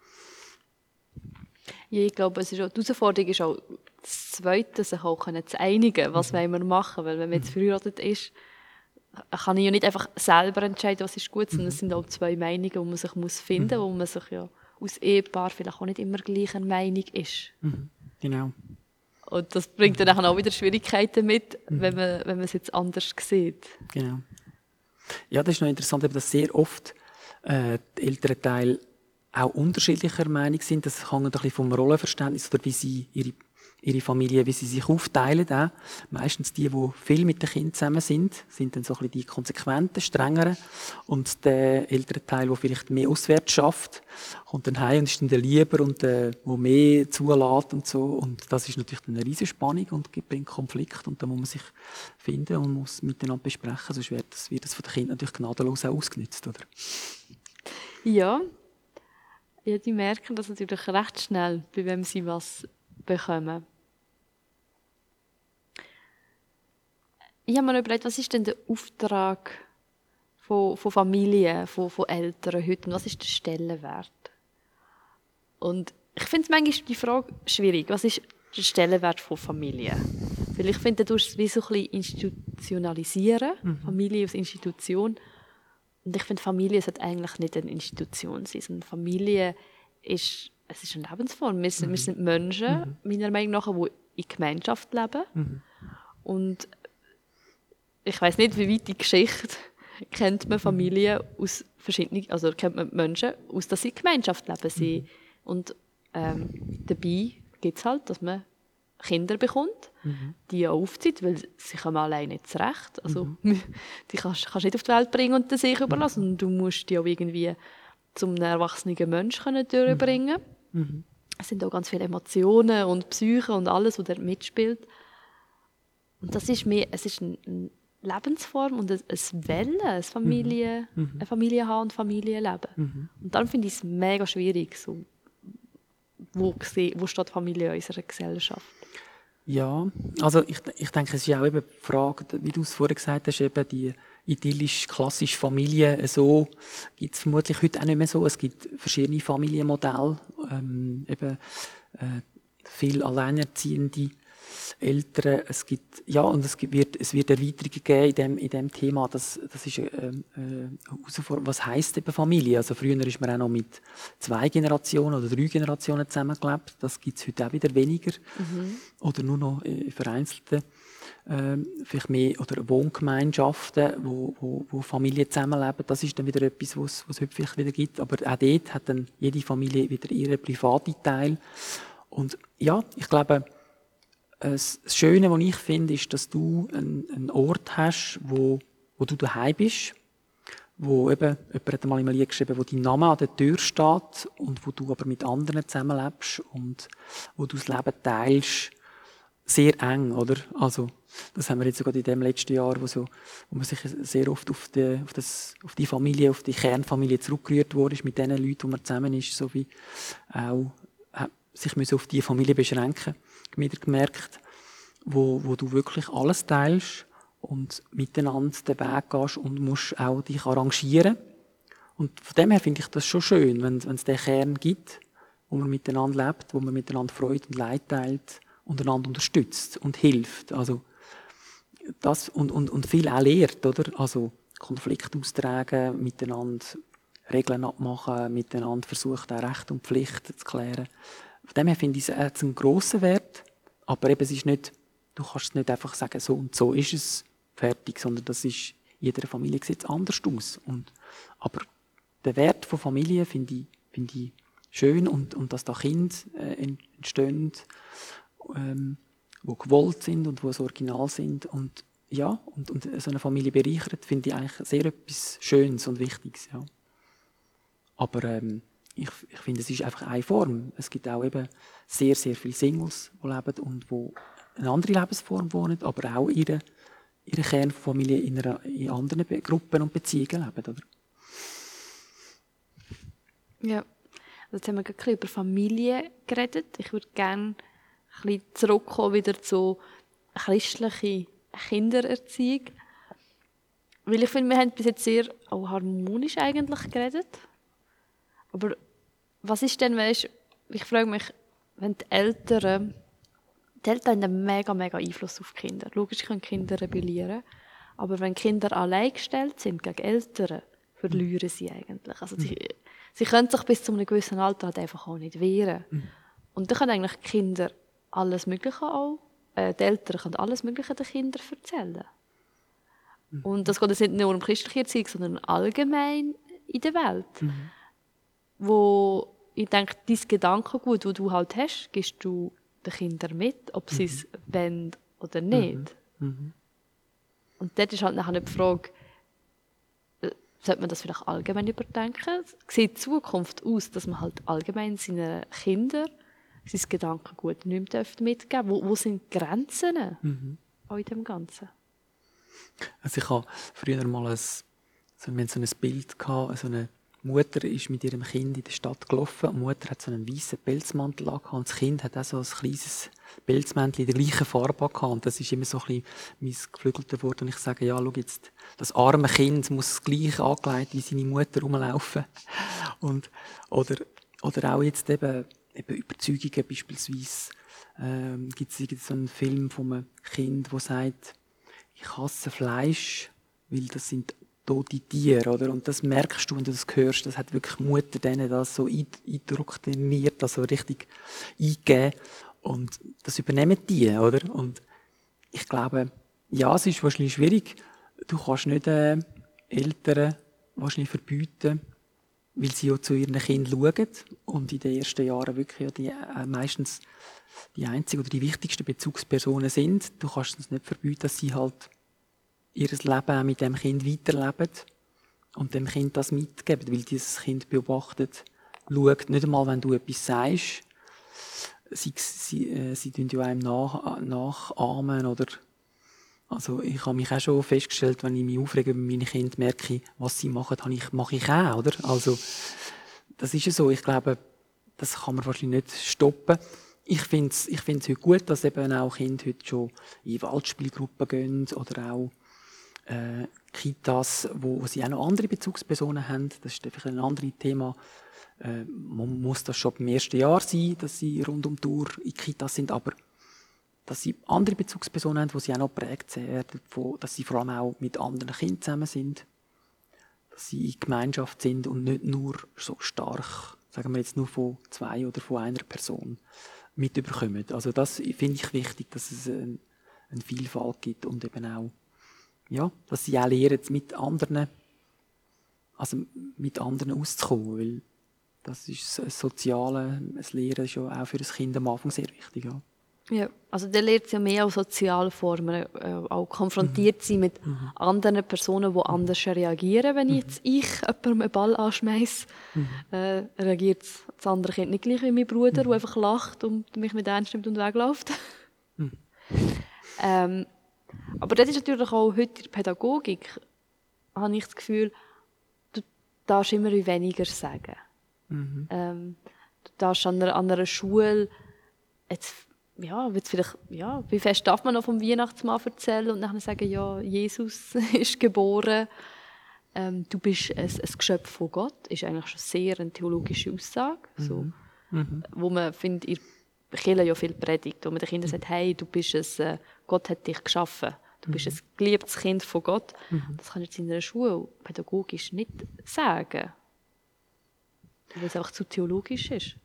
Ja, ich glaube, es ist auch, die Herausforderung ist auch das Zweite, sich auch zu einigen, was mhm. wollen wir machen. Weil wenn man jetzt verheiratet ist, kann ich ja nicht einfach selber entscheiden, was ist gut, sondern es sind auch zwei Meinungen, wo man sich muss finden muss, wo man sich ja als Ehepaar vielleicht auch nicht immer gleicher Meinung ist. Mhm. Genau. Und das bringt dann auch wieder Schwierigkeiten mit, mhm. wenn man, wenn man es jetzt anders sieht. Genau. Ja, das ist noch interessant, dass sehr oft äh, die Elternteile auch unterschiedlicher Meinung sind. Das hängt ein bisschen vom Rollenverständnis oder wie sie ihre, ihre Familie, wie sie sich aufteilen. Auch. Meistens die, die viel mit den Kindern zusammen sind, sind dann so ein bisschen die konsequenten, strengeren. Und der ältere Teil, der vielleicht mehr auswärts schafft, kommt dann heim und ist dann der Lieber und der, der mehr zulässt und so. Und das ist natürlich eine riesige Spannung und bringt Konflikt. Und da muss man sich finden und muss miteinander besprechen, sonst wird das, wird das von den Kindern natürlich gnadenlos auch ausgenutzt, oder? Ja. Ja, die merken das natürlich recht schnell, bei wem sie was bekommen. Ich habe mir noch überlegt, was ist denn der Auftrag von, von Familien, von, von Eltern heute und was ist der Stellenwert? Und ich finde manchmal die Frage schwierig, was ist der Stellenwert von Familie? Weil ich finde, du musst es wie so ein bisschen institutionalisieren, mhm. Familie als Institution. Und ich finde, Familie sollte eigentlich nicht eine Institution sein, sondern Familie ist, es ist eine Lebensform. Wir sind, mhm. wir sind Menschen, mhm. meiner Meinung nach, die in Gemeinschaft leben. Mhm. Und ich weiss nicht, wie weit die Geschichte kennt man Familien aus verschiedenen, also kennt man Menschen aus, dass sie in Gemeinschaft leben. Sie, mhm. Und ähm, dabei gibt es halt, dass man Kinder bekommt, mhm. die auch aufzieht, weil sie kommen alleine nicht zurecht. Also, mhm. die kannst du nicht auf die Welt bringen und sich überlassen. Und du musst die auch irgendwie zum erwachsenen Menschen durchbringen. Mhm. Es sind auch ganz viele Emotionen und Psyche und alles, was da mitspielt. Und das ist mehr, es ist eine Lebensform und ein Wellen, eine Familie, mhm. eine Familie haben und Familie leben. Mhm. Und dann finde ich es mega schwierig, so, wo, wo steht Familie in unserer Gesellschaft? Ja, also ich, ich denke, es ist auch eben die Frage, wie du es vorhin gesagt hast, eben die idyllisch klassische Familie, so gibt es vermutlich heute auch nicht mehr so. Es gibt verschiedene Familienmodelle, ähm, eben äh, viel alleinerziehende Eltern. Es gibt, ja, und es gibt, wird, es wird Erweiterungen geben in dem, in dem Thema. Das, das ist, ähm, äh, was heisst eben Familie? Also früher ist man auch noch mit zwei Generationen oder drei Generationen zusammengelebt. Das gibt es heute auch wieder weniger. Mhm. Oder nur noch in vereinzelten ähm, vielleicht mehr, oder Wohngemeinschaften, wo, wo, wo Familien zusammenleben. Das ist dann wieder etwas, was es heute vielleicht wieder gibt. Aber auch dort hat dann jede Familie wieder ihren privaten Teil. Und ja, ich glaube, das Schöne, was ich finde, ist, dass du einen, einen Ort hast, wo, wo du daheim bist, wo eben, jemand hat einmal im Lied geschrieben, wo dein Name an der Tür steht und wo du aber mit anderen zusammenlebst und wo du das Leben teilst, sehr eng, oder? Also, das haben wir jetzt sogar in dem letzten Jahr, wo, so, wo man sich sehr oft auf die, auf, das, auf die Familie, auf die Kernfamilie zurückgerührt wurde, mit den Leuten, wo man zusammen ist, so wie auch sich müssen auf die Familie beschränken, wieder gemerkt, wo, wo du wirklich alles teilst und miteinander den Weg gehst und musst auch dich arrangieren. Und von dem her finde ich das schon schön, wenn, wenn es den Kern gibt, wo man miteinander lebt, wo man miteinander Freude und Leid teilt und einander unterstützt und hilft. Also das und, und, und viel auch lehrt, oder? Also Konflikte austragen, miteinander Regeln abmachen, miteinander versucht auch Recht und Pflichten zu klären. Von dem her finde ich, es hat einen grossen Wert, aber eben, es ist nicht, du kannst es nicht einfach sagen, so und so ist es fertig, sondern das ist, jeder Familie sieht es anders aus. Und, aber der Wert von Familie finde ich, finde ich schön und, und dass da Kinder äh, entstehen, ähm, die gewollt sind und die so original sind und ja, und, und so eine Familie bereichert, finde ich eigentlich sehr etwas Schönes und Wichtiges, ja. Aber ähm, ich, ich finde, es ist einfach eine Form. Es gibt auch eben sehr, sehr viele Singles, die leben und die eine andere Lebensform wohnen, aber auch ihre, ihre Kernfamilie in, einer, in anderen Be- Gruppen und Beziehungen leben, oder? Ja, also jetzt haben wir gerade über Familie geredet. Ich würde gerne ein bisschen zurückkommen wieder zu christlicher Kindererziehung. Weil ich finde, wir haben bis jetzt sehr auch harmonisch eigentlich geredet. Aber was ist denn, weißt, ich frage mich, wenn die Eltern, die Eltern haben einen mega, mega Einfluss auf die Kinder. Logisch können Kinder rebellieren, aber wenn Kinder allein gestellt sind gegen Eltern, verlieren sie eigentlich. Also sie, sie können sich bis zu einem gewissen Alter halt einfach auch nicht wehren. Mhm. Und dann können eigentlich die Kinder alles Mögliche auch, äh, die Eltern können alles Mögliche den Kindern erzählen. Mhm. Und das geht jetzt nicht nur um christliche Erziehung, sondern allgemein in der Welt. Mhm. Wo ich denke, dein Gedankengut, das du halt hast, gibst du den Kindern mit, ob sie es mhm. wollen oder nicht. Mhm. Mhm. Und dort ist halt nachher nicht die Frage, sollte man das vielleicht allgemein überdenken? Sieht die Zukunft aus, dass man halt allgemein seinen Kindern sein Gedankengut nicht mehr mitgeben darf? Wo, wo sind die Grenzen mhm. auch in dem Ganzen? Also ich hatte früher mal ein, so, wir so ein Bild gehabt, so eine Mutter ist mit ihrem Kind in der Stadt gelaufen. Die Mutter hat so einen weißen Pelzmantel angehabt und das Kind hat auch so ein kleines Pelzmäntel in der gleichen Farbe angehabt. Und das ist immer so ein bisschen mein geflügelter Wort. Und ich sage, ja, schau jetzt, das arme Kind muss das gleich angelegt wie seine Mutter rumlaufen. Und, oder, oder auch jetzt eben, eben Überzeugungen beispielsweise. Ähm, gibt es so einen Film von einem Kind, das sagt, ich hasse Fleisch, weil das sind tote Tiere, oder? Und das merkst du, wenn du das hörst, das hat wirklich die Mutter denen das so eindoktriniert, also richtig eingegeben. Und das übernehmen die, oder? Und ich glaube, ja, es ist wahrscheinlich schwierig. Du kannst nicht äh, Eltern wahrscheinlich verbieten, weil sie ja zu ihren Kindern schauen und in den ersten Jahren wirklich ja die, äh, meistens die einzigen oder die wichtigsten Bezugspersonen sind. Du kannst es nicht verbieten, dass sie halt ihr Leben auch mit dem Kind weiterleben und dem Kind das mitgeben, weil dieses Kind beobachtet, schaut, nicht einmal, wenn du etwas sagst, sie, sie, äh, sie tun ja einem nach, nachahmen oder, also ich habe mich auch schon festgestellt, wenn ich mich aufrege über meine Kinder, merke ich, was sie machen, ich, mache ich auch, oder? Also, das ist ja so, ich glaube, das kann man wahrscheinlich nicht stoppen. Ich finde es ich find's heute gut, dass eben auch Kinder heute schon in Waldspielgruppen gehen oder auch Äh, Kitas, wo, wo sie auch noch andere Bezugspersonen haben. Das ist vielleicht ein anderes Thema. Äh, man muss das schon im ersten Jahr sein, dass sie rund um die Uhr in Kitas sind, aber dass sie andere Bezugspersonen haben, wo sie auch noch geprägt werden, wo, dass sie vor allem auch mit anderen Kindern zusammen sind, dass sie in Gemeinschaft sind und nicht nur so stark, sagen wir jetzt nur von zwei oder von einer Person mitbekommen. Also das finde ich wichtig, dass es ein, eine Vielfalt gibt und eben auch, ja, dass sie auch lernen, mit anderen, also mit anderen auszukommen, weil das ist das Soziale, das Lehren ist ja auch für das Kind am Anfang sehr wichtig. Ja, Ja, also der lernt ja mehr als Sozialformen, äh, auch konfrontiert sein mit Mhm. anderen Personen, die anders reagieren, wenn jetzt ich jemandem einen Ball anschmeiße. Äh, reagiert das andere Kind nicht gleich wie mein Bruder, der einfach lacht und mich nicht ernst nimmt und wegläuft. ähm, aber das ist natürlich auch heute in der Pädagogik, habe ich das Gefühl, du darfst immer weniger sagen. Mhm. Ähm, du darfst an einer, an einer Schule jetzt, ja, wird's vielleicht, ja, wie fest darf man noch vom Weihnachtsmann erzählen und dann sagen, ja, Jesus ist geboren, ähm, du bist ein, ein Geschöpf von Gott, ist eigentlich schon sehr eine theologische Aussage, so, Mhm. wo man, finde ich, in der Kirche ja viel predigt, wo man den Kindern sagt, hey, du bist ein, äh, Gott hat dich geschaffen, du bist ein geliebtes Kind von Gott. Das kannst du jetzt in einer Schule pädagogisch nicht sagen, weil es einfach zu theologisch ist.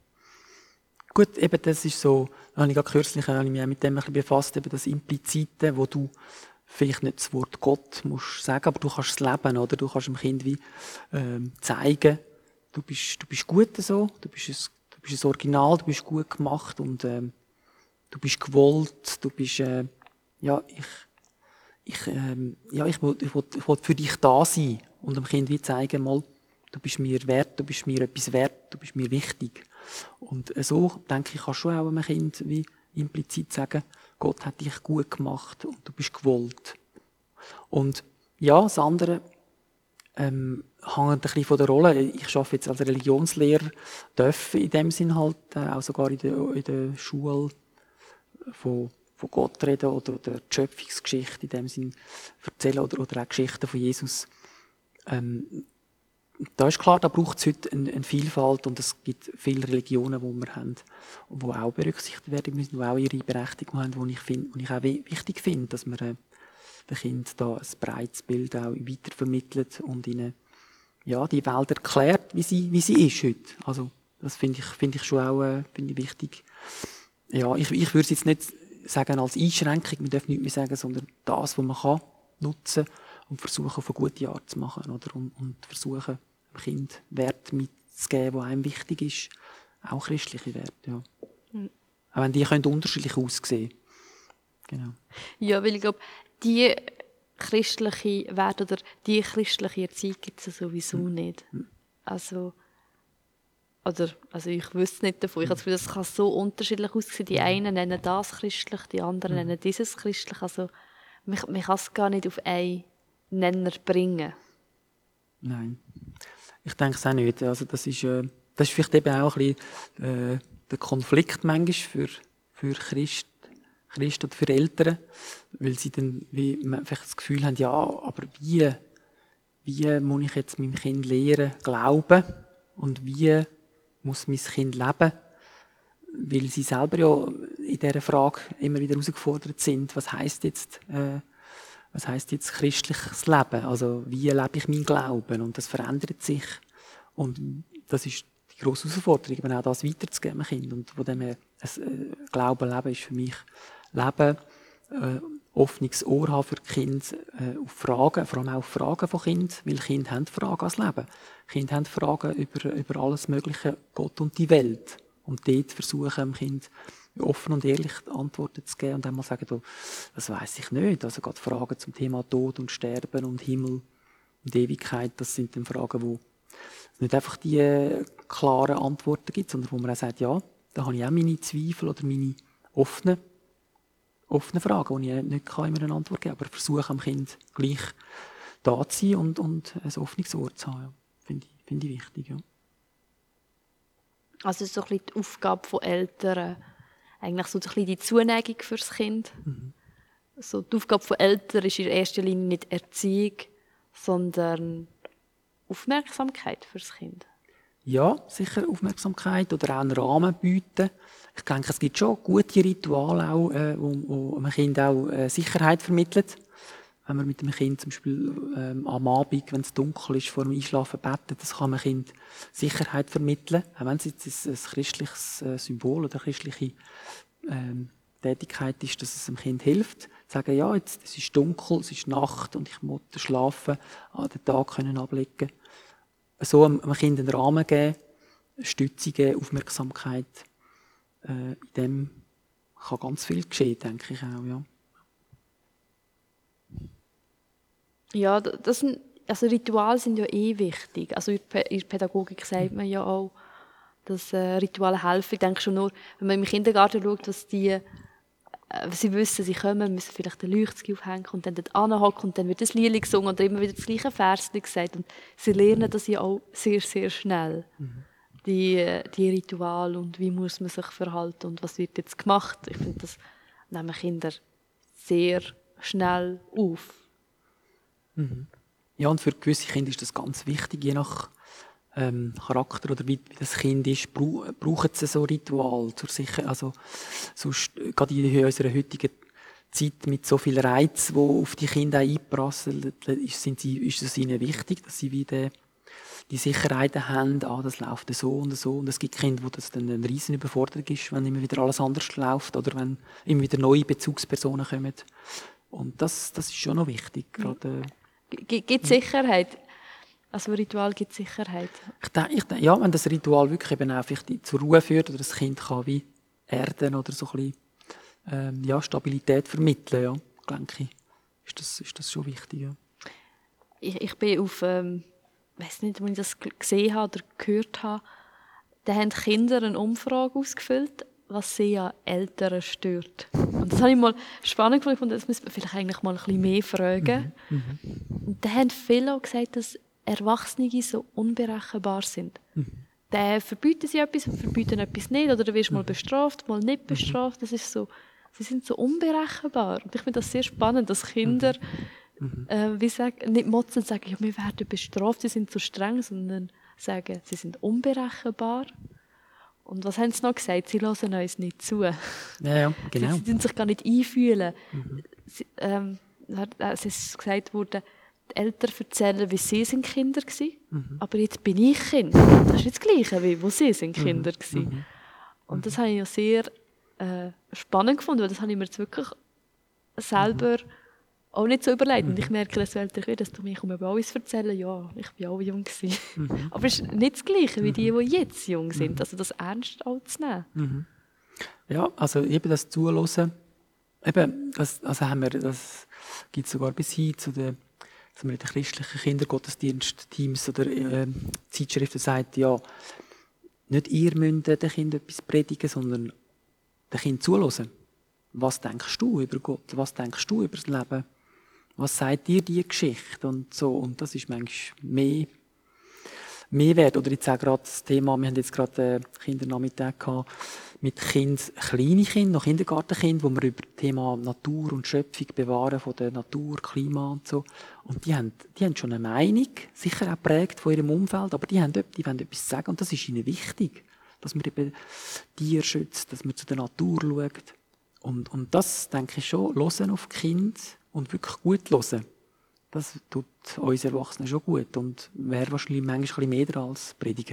Gut, eben das ist so, da habe ich gerade kürzlich habe ich mich auch mit dem ein bisschen befasst, eben das Implizite, wo du vielleicht nicht das Wort Gott musst sagen, aber du kannst es leben, oder? Du kannst dem Kind wie ähm, zeigen, du bist, du bist gut so, du bist, ein, du bist ein Original, du bist gut gemacht und ähm, du bist gewollt, du bist, äh, ja, ich, ich, ähm, ja, ich will, ich will, ich will für dich da sein und dem Kind wie zeigen, mal, du bist mir wert, du bist mir etwas wert, du bist mir wichtig. Und so, denke ich, kannst du auch einem Kind wie implizit sagen, Gott hat dich gut gemacht und du bist gewollt. Und ja, das andere ähm, hängt ein bisschen von der Rolle. Ich arbeite jetzt als Religionslehrer, darf in dem Sinn halt äh, auch sogar in der, in der Schule von, von Gott reden oder, oder die Schöpfungsgeschichte in dem Sinn erzählen oder, oder auch Geschichten von Jesus. Ähm, Da ist klar, da braucht es heute eine, eine Vielfalt und es gibt viele Religionen, die wir haben, die auch berücksichtigt werden müssen, die auch ihre Berechtigung haben, die ich, find, die ich auch wichtig finde, dass man äh, den Kindern da ein breites Bild auch weitervermittelt und ihnen ja, die Welt erklärt, wie sie, wie sie ist heute. Also das finde ich, find ich schon auch äh, find ich wichtig. Ja, ich, ich würde es jetzt nicht sagen als Einschränkung, man darf nichts mehr sagen, sondern das, was man kann, nutzen und versuchen, auf eine gute Art zu machen. Oder? Und, und versuchen, dem Kind Werte mitzugeben, die einem wichtig ist. Auch christliche Werte, ja. Mhm. Auch wenn die können unterschiedlich aussehen. Genau. Ja, weil ich glaube, die christliche Werte oder die christliche Erziehung gibt es sowieso mhm. nicht. Also, oder, also ich wüsste nicht davon. Ich habe das Gefühl, das kann so unterschiedlich aussehen. Die einen nennen das christlich, die anderen mhm. nennen dieses christlich. Also man, man kann es gar nicht auf einen Nenner bringen. Nein, ich denke es auch nicht. Also das ist, äh, das ist vielleicht eben auch ein bisschen äh, der Konflikt manchmal für, für Christ, Christen oder für Eltern, weil sie dann wie, vielleicht das Gefühl haben, ja, aber wie, wie muss ich jetzt meinem Kind lehren, glauben und wie muss mein Kind leben, weil sie selber ja in dieser Frage immer wieder herausgefordert sind, was heisst jetzt äh, was heisst jetzt christliches Leben? Also, wie lebe ich meinen Glauben? Und das verändert sich. Und das ist die grosse Herausforderung, eben auch das weiterzugeben, Kind. Und von dem her, ein äh, Glauben leben ist für mich Leben, äh, offenes Ohr haben für die Kinder, äh, auf Fragen, vor allem auch auf Fragen von Kindern, weil Kinder haben Fragen ans Leben. Kinder haben Fragen über, über alles Mögliche, Gott und die Welt. Und dort versuchen dem Kind offen und ehrlich Antworten zu geben und einmal sagen, oh, das weiss ich nicht. Also gerade Fragen zum Thema Tod und Sterben und Himmel und Ewigkeit, das sind dann Fragen, wo es nicht einfach die äh, klaren Antworten gibt, sondern wo man auch sagt, ja, da habe ich auch meine Zweifel oder meine offenen, offenen Fragen, wo ich nicht kann immer eine Antwort geben kann, aber versuche am Kind gleich da zu sein und, und ein offenes Ohr zu haben. Ja. Finde ich, find ich wichtig, ja. Also so ein bisschen die Aufgabe von Eltern, eigentlich so ein bisschen die Zuneigung fürs Kind. Mhm. So die Aufgabe von Eltern ist in erster Linie nicht Erziehung, sondern Aufmerksamkeit fürs Kind. Ja, sicher Aufmerksamkeit oder auch einen Rahmen bieten. Ich denke, es gibt schon gute Rituale, auch, äh, wo, wo einem Kind auch äh, Sicherheit vermittelt. Wenn man mit dem Kind zum Beispiel ähm, am Abend, wenn es dunkel ist, vor dem Einschlafen betet, das kann einem Kind Sicherheit vermitteln. Auch wenn es jetzt ein, ein christliches äh, Symbol oder eine christliche ähm, Tätigkeit ist, dass es dem Kind hilft. Zu sagen, ja, jetzt, es ist dunkel, es ist Nacht und ich muss schlafen, an den Tag können ablegen. So einem, einem Kind einen Rahmen geben, Stütze geben, Aufmerksamkeit. Äh, in dem kann ganz viel geschehen, denke ich auch, ja. Ja, das sind, also Rituale sind ja eh wichtig. Also in der Pädagogik sagt man ja auch, dass äh, Rituale helfen. Ich denke schon nur, wenn man im Kindergarten schaut, dass die, äh, sie wissen, sie kommen, müssen vielleicht den Leuchtski aufhängen und dann dort anhocken und dann wird das Lied gesungen oder immer wieder das gleiche Vers gesagt. Und sie lernen das ja auch sehr, sehr schnell. Mhm. Die, die Rituale und wie muss man sich verhalten und was wird jetzt gemacht. Ich finde, das nehmen Kinder sehr schnell auf. Mhm. Ja, und für gewisse Kinder ist das ganz wichtig, je nach ähm, Charakter oder wie, wie das Kind ist, brau brauchen sie so Ritual zur Sicherheit. Also, sonst, gerade in unserer heutigen Zeit mit so viel Reiz, die auf die Kinder einprasseln, ist, sind sie, ist es ihnen wichtig, dass sie wieder die Sicherheiten haben, ah, das läuft so und so. Und es gibt Kinder, wo das dann eine riesen Überforderung ist, wenn immer wieder alles anders läuft oder wenn immer wieder neue Bezugspersonen kommen. Und das, das ist schon noch wichtig. Gerade, äh, gibt Sicherheit? Also ein Ritual gibt Sicherheit? Ich denke, ich denke, ja, wenn das Ritual wirklich eben auch vielleicht zur Ruhe führt oder das Kind kann wie erden oder so ein bisschen ähm, ja, Stabilität vermitteln, ja, denke ich, ist das, ist das schon wichtig. Ja. Ich, ich bin auf... Ähm ich weiss nicht, ob ich das gesehen habe oder gehört habe, da haben Kinder eine Umfrage ausgefüllt, was sie an Eltern stört. Und das habe ich mal spannend gefunden, das müssen wir vielleicht eigentlich mal ein bisschen mehr fragen. Mhm. Mhm. Und da haben viele auch gesagt, dass Erwachsene so unberechenbar sind. Mhm. Da verbieten sie etwas, verbieten etwas nicht, oder du wirst mal bestraft, mal nicht bestraft. Das ist so, sie sind so unberechenbar. Und ich finde das sehr spannend, dass Kinder Mhm. Äh, wie sagen, nicht motzen und sagen, ja, wir werden bestraft, sie sind zu streng, sondern sagen, sie sind unberechenbar. Und was haben sie noch gesagt? Sie hören uns nicht zu. Ja, ja, genau. Sie, sie sich gar nicht einfühlen. Mhm. Sie, ähm, es ist gesagt worden, die Eltern erzählen, wie sie sind Kinder waren, mhm. aber jetzt bin ich Kind. Das ist nicht das Gleiche, wie wo sie sind Kinder waren. Mhm. Und das habe ich ja sehr äh, spannend gefunden, weil das habe ich mir jetzt wirklich selber mhm. auch nicht so überlegt. Mhm. Und ich merke, dass älter dass du mich um alles erzählen, ja, ich war auch jung. Mhm. Aber es ist nicht das Gleiche wie die, die jetzt jung sind. Mhm. Also das ernst auch zu nehmen. Mhm. Ja, also eben das Zuhören, eben, das, also haben wir, das gibt es sogar bis hin zu den, dass man in den christlichen Kindergottesdienst-Teams oder äh, Zeitschriften sagt, ja, nicht ihr müsst den Kindern etwas predigen, sondern den Kindern zuhören. Was denkst du über Gott? Was denkst du über das Leben? Was sagt dir die Geschichte? Und so. Und das ist manchmal mehr, mehr wert. Oder jetzt auch gerade das Thema, wir haben jetzt gerade einen Kindernachmittag gehabt mit kind, kleinen Kindern, noch Kindergartenkindern, wo wir über das Thema Natur und Schöpfung bewahren von der Natur, Klima und so. Und die haben, die haben schon eine Meinung, sicher auch geprägt von ihrem Umfeld, aber die, haben, die wollen etwas sagen und das ist ihnen wichtig. Dass man eben Tiere schützt, dass man zu der Natur schaut. Und, und das, denke ich schon, hören auf die Kinder und wirklich gut hören, das tut uns Erwachsenen schon gut und wäre wahrscheinlich manchmal ein bisschen mehr dran als predigen.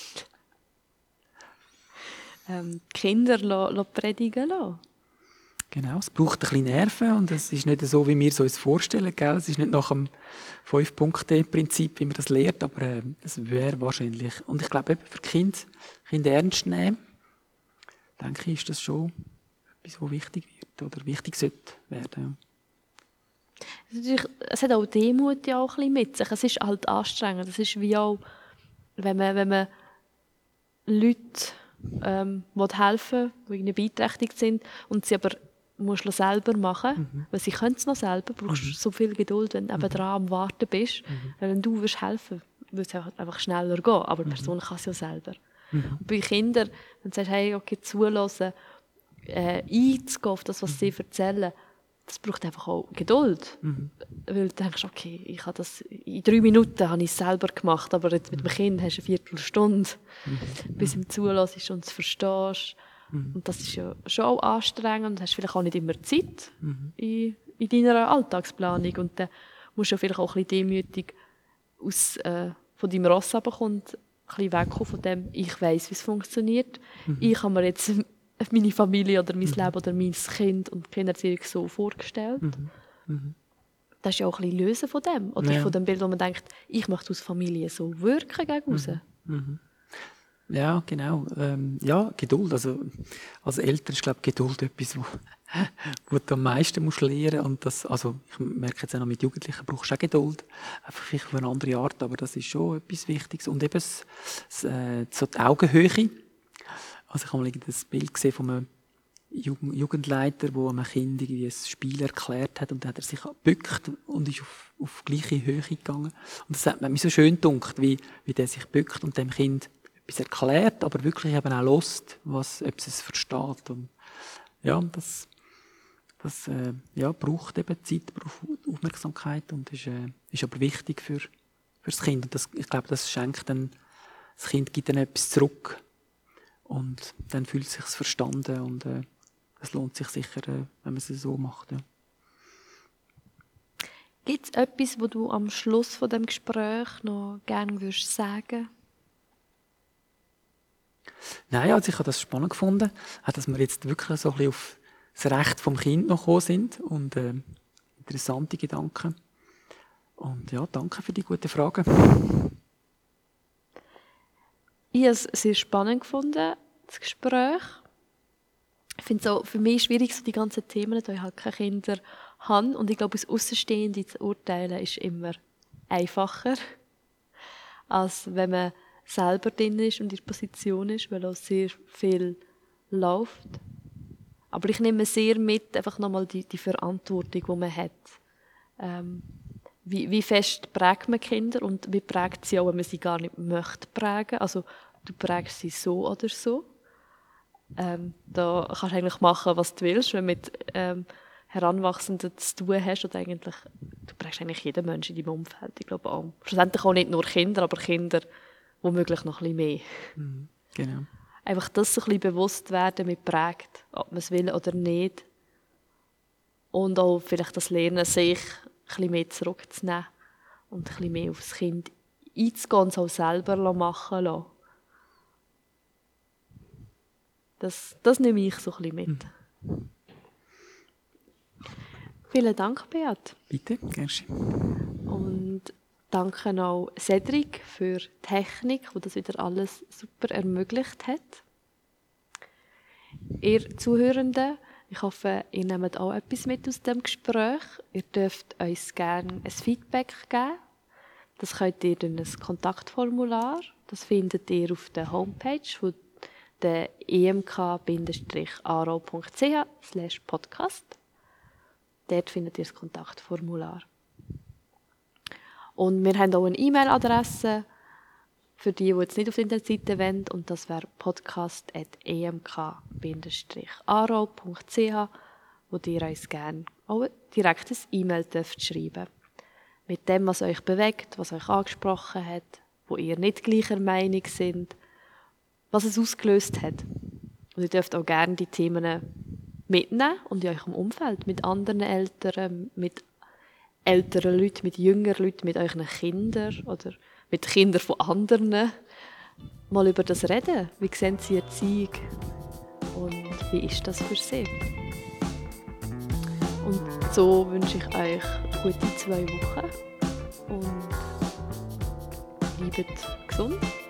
Ähm, die Kinder lo, lo predigen lassen. Genau, es braucht ein bisschen Nerven und es ist nicht so, wie wir es uns vorstellen. Gell? Es ist nicht nach dem Fünf-Punkte-Prinzip, wie man das lehrt, aber äh, das wäre wahrscheinlich. Und ich glaube, eben für die Kinder, Kinder ernst nehmen, denke ich, ist das schon etwas, was wichtig wird oder wichtig sollte werden. Ja. Es hat auch Demut ja auch ein bisschen mit sich. Es ist halt anstrengend. Es ist wie auch, wenn man, wenn man Leute ähm, helfen will, die irgendwie beeinträchtigt sind und sie aber musst du selber machen, mhm. weil sie können es noch selber, brauchst mhm. so viel Geduld, wenn du mhm. dran am Warten bist. Mhm. Weil wenn du willst helfen willst, würde es einfach schneller gehen, aber die Person mhm. kann es ja selber. Mhm. Und bei Kindern, wenn du sagst, hey, okay, zuhören, äh, einzugehen auf das, was mhm. sie erzählen, das braucht einfach auch Geduld. Mhm. Weil du denkst, okay, ich habe das, in drei Minuten habe ich es selber gemacht, aber jetzt mit dem Kind hast du eine Viertelstunde, mhm. bis du ihm zuhörst und es verstehst. Mhm. Und das ist ja schon auch anstrengend. Du hast vielleicht auch nicht immer Zeit mhm. in, in deiner Alltagsplanung. Und dann musst du ja vielleicht auch ein bisschen demütig aus, äh, von deinem Ross runterkommen, ein bisschen wegkommen von dem, ich weiss, wie es funktioniert. Mhm. Ich habe mir jetzt meine Familie oder mein Mhm. Leben oder mein Kind und die Kindererziehung so vorgestellt. Mhm. Mhm. Das ist ja auch ein bisschen Lösen von dem. Oder Ja. von dem Bild, wo man denkt, ich möchte aus Familie so wirken gegen raus. Mhm. Ja, genau. Ähm, ja, Geduld. Also, als Eltern ist, glaube ich, Geduld etwas, wo, wo du am meisten musst lernen. Und das, also, ich merke jetzt auch noch, mit Jugendlichen brauchst du auch Geduld. Einfach vielleicht auf eine andere Art, aber das ist schon etwas Wichtiges. Und eben das, das, äh, so die Augenhöhe. Also, ich habe mal das Bild gesehen von einem Jugend- Jugendleiter, der einem Kind irgendwie ein Spiel erklärt hat und dann hat er sich gebückt und ist auf, auf gleiche Höhe gegangen. Und das hat mir so schön gedacht, wie, wie der sich bückt und dem Kind etwas erklärt, aber wirklich eben auch lässt, was, ob es es versteht. Und ja, das, das äh, ja, braucht eben Zeit, braucht Aufmerksamkeit und ist, äh, ist aber wichtig für, für das Kind. Und das, ich glaube, das schenkt dann, das Kind gibt dann etwas zurück und dann fühlt es sich verstanden und äh, es lohnt sich sicher, äh, wenn man es so macht. Ja. Gibt es etwas, was du am Schluss von dem Gespräch noch gerne würdest sagen? Nein, also ich habe das spannend gefunden, auch, dass wir jetzt wirklich so ein bisschen auf das Recht vom Kind noch gekommen sind und äh, interessante Gedanken. Und ja, danke für die guten Fragen. Ich habe es sehr spannend gefunden, das Gespräch. Ich finde es auch für mich schwierig, so die ganzen Themen, da ich halt keine Kinder habe. Und ich glaube, als Außenstehende zu urteilen, ist immer einfacher, als wenn man selber drin ist und in der Position ist, weil auch sehr viel läuft. Aber ich nehme sehr mit, einfach nochmal die, die Verantwortung, die man hat. Ähm, wie, wie fest prägt man Kinder und wie prägt sie auch, wenn man sie gar nicht möchte prägen. Also du prägst sie so oder so. Ähm, da kannst du eigentlich machen, was du willst, wenn du mit ähm, Heranwachsenden zu tun hast. Oder eigentlich, du prägst eigentlich jeden Menschen in deinem Umfeld. Ich glaube auch. Schlussendlich auch nicht nur Kinder, aber Kinder womöglich noch ein bisschen mehr. Mhm, genau. Einfach das so ein bisschen bewusst werden, mit prägt, ob man es will oder nicht. Und auch vielleicht das Lernen, sich ein bisschen mehr zurückzunehmen und ein bisschen mehr aufs Kind einzugehen und es auch selber machen lassen. Das, das nehme ich so ein bisschen mit. Mhm. Vielen Dank, Beat. Bitte, gerne. Und danke auch Cedric für die Technik, die das wieder alles super ermöglicht hat. Ihr Zuhörenden, ich hoffe, ihr nehmt auch etwas mit aus dem Gespräch. Ihr dürft uns gerne ein Feedback geben. Das könnt ihr durch ein Kontaktformular. Das findet ihr auf der Homepage von der e m k aro punkt c h slash podcast. Dort findet ihr das Kontaktformular. Und wir haben auch eine E-Mail-Adresse für die, die jetzt nicht auf die Internetseite wollen. Und das wäre podcast at e m k aro punkt c h, wo ihr uns gerne auch direkt ein E-Mail dürft schreiben. Mit dem, was euch bewegt, was euch angesprochen hat, wo ihr nicht gleicher Meinung sind, was es ausgelöst hat. Und ihr dürft auch gerne die Themen mitnehmen und in eurem Umfeld, mit anderen Eltern, mit älteren Leuten, mit jüngeren Leuten, mit euren Kindern oder mit Kindern von anderen, mal über das reden. Wie sehen sie Erziehung und wie ist das für sie? Und so wünsche ich euch gute zwei Wochen und bleibt gesund.